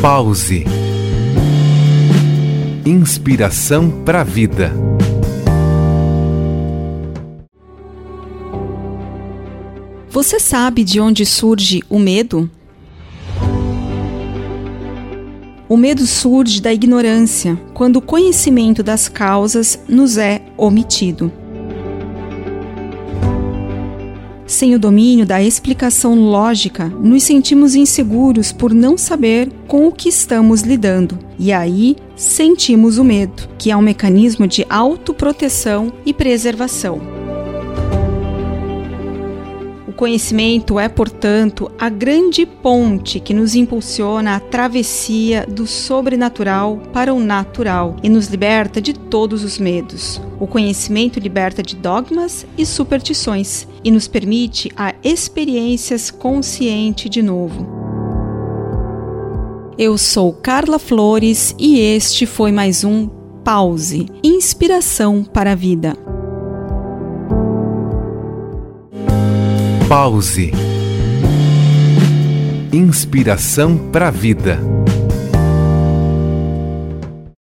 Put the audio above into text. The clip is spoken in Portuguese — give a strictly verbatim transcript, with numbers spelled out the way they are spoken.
Pause. Inspiração para a vida. Você sabe de onde surge o medo? O medo surge da ignorância, quando o conhecimento das causas nos é omitido. Sem o domínio da explicação lógica, nos sentimos inseguros por não saber com o que estamos lidando. E aí, sentimos o medo, que é um mecanismo de autoproteção e preservação. O conhecimento é, portanto, a grande ponte que nos impulsiona à travessia do sobrenatural para o natural e nos liberta de todos os medos. O conhecimento liberta de dogmas e superstições e nos permite a experiências consciente de novo. Eu sou Carla Flores e este foi mais um Pause, Inspiração para a Vida. Pause. Inspiração para a vida.